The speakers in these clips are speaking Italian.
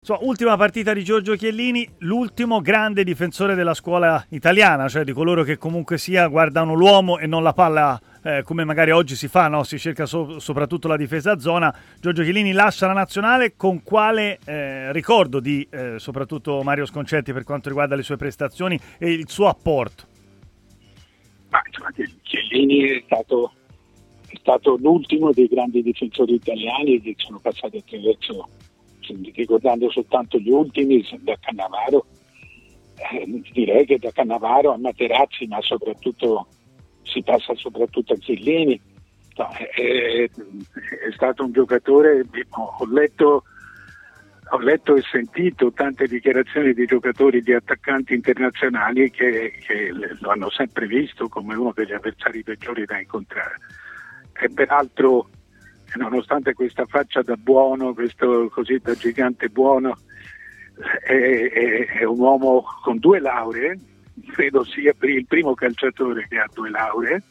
Ultima partita di Giorgio Chiellini, l'ultimo grande difensore della scuola italiana, cioè di coloro che comunque sia guardano l'uomo e non la palla come magari oggi si fa, no? Si cerca soprattutto la difesa a zona. Giorgio Chiellini lascia la nazionale con quale ricordo di soprattutto Mario Sconcerti per quanto riguarda le sue prestazioni e il suo apporto? Ma insomma, Chiellini è stato l'ultimo dei grandi difensori italiani che sono passati attraverso, ricordando soltanto gli ultimi, da Cannavaro, direi che da Cannavaro a Materazzi, ma soprattutto si passa soprattutto a Chiellini. No, è stato un giocatore, ho letto e sentito tante dichiarazioni di giocatori, di attaccanti internazionali che lo hanno sempre visto come uno degli avversari peggiori da incontrare. E peraltro, nonostante questa faccia da buono, questo così da gigante buono, è un uomo con 2 lauree, credo sia il primo calciatore che ha 2 lauree,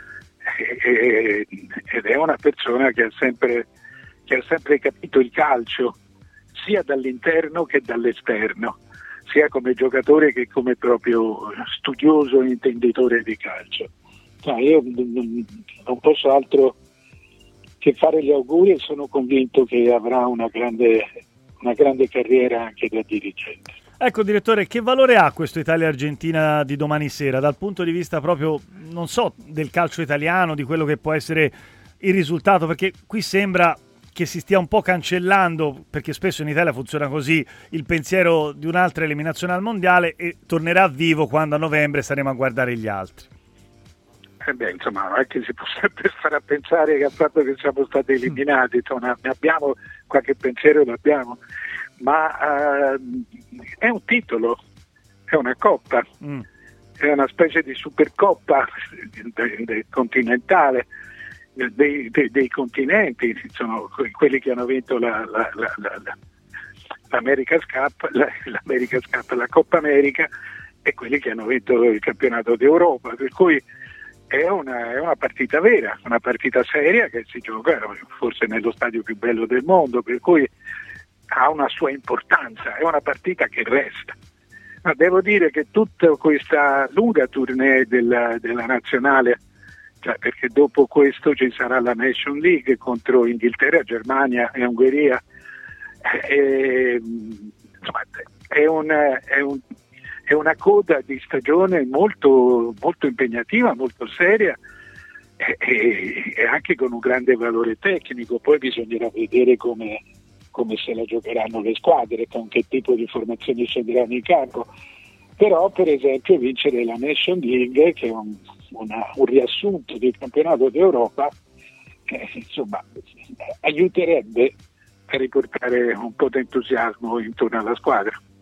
ed è una persona che ha sempre capito il calcio sia dall'interno che dall'esterno, sia come giocatore che come proprio studioso e intenditore di calcio. Io non posso altro che fare gli auguri e sono convinto che avrà una grande carriera anche da dirigente. Ecco, direttore, che valore ha questo Italia-Argentina di domani sera dal punto di vista proprio, non so, del calcio italiano, di quello che può essere il risultato? Perché qui sembra che si stia un po' cancellando, perché spesso in Italia funziona così, il pensiero di un'altra eliminazione al mondiale, e tornerà vivo quando a novembre saremo a guardare gli altri. Insomma, anche si può sempre fare a pensare che al fatto che siamo stati eliminati, insomma, ne abbiamo qualche pensiero, l'abbiamo, ma è un titolo, è una coppa, è una specie di supercoppa continentale dei continenti, sono quelli che hanno vinto l'America's Cup, la Coppa America, e quelli che hanno vinto il campionato d'Europa, per cui è una partita vera, una partita seria che si gioca forse nello stadio più bello del mondo, per cui ha una sua importanza, è una partita che resta. Ma devo dire che tutta questa lunga tournée della nazionale, cioè perché dopo questo ci sarà la Nation League contro Inghilterra, Germania e Ungheria, insomma, è una coda di stagione molto, molto impegnativa, molto seria e anche con un grande valore tecnico. Poi bisognerà vedere come se la giocheranno le squadre, con che tipo di formazioni scenderanno in campo. Però per esempio vincere la Nation League, che è un riassunto del campionato d'Europa, insomma, aiuterebbe a riportare un po' di entusiasmo intorno alla squadra.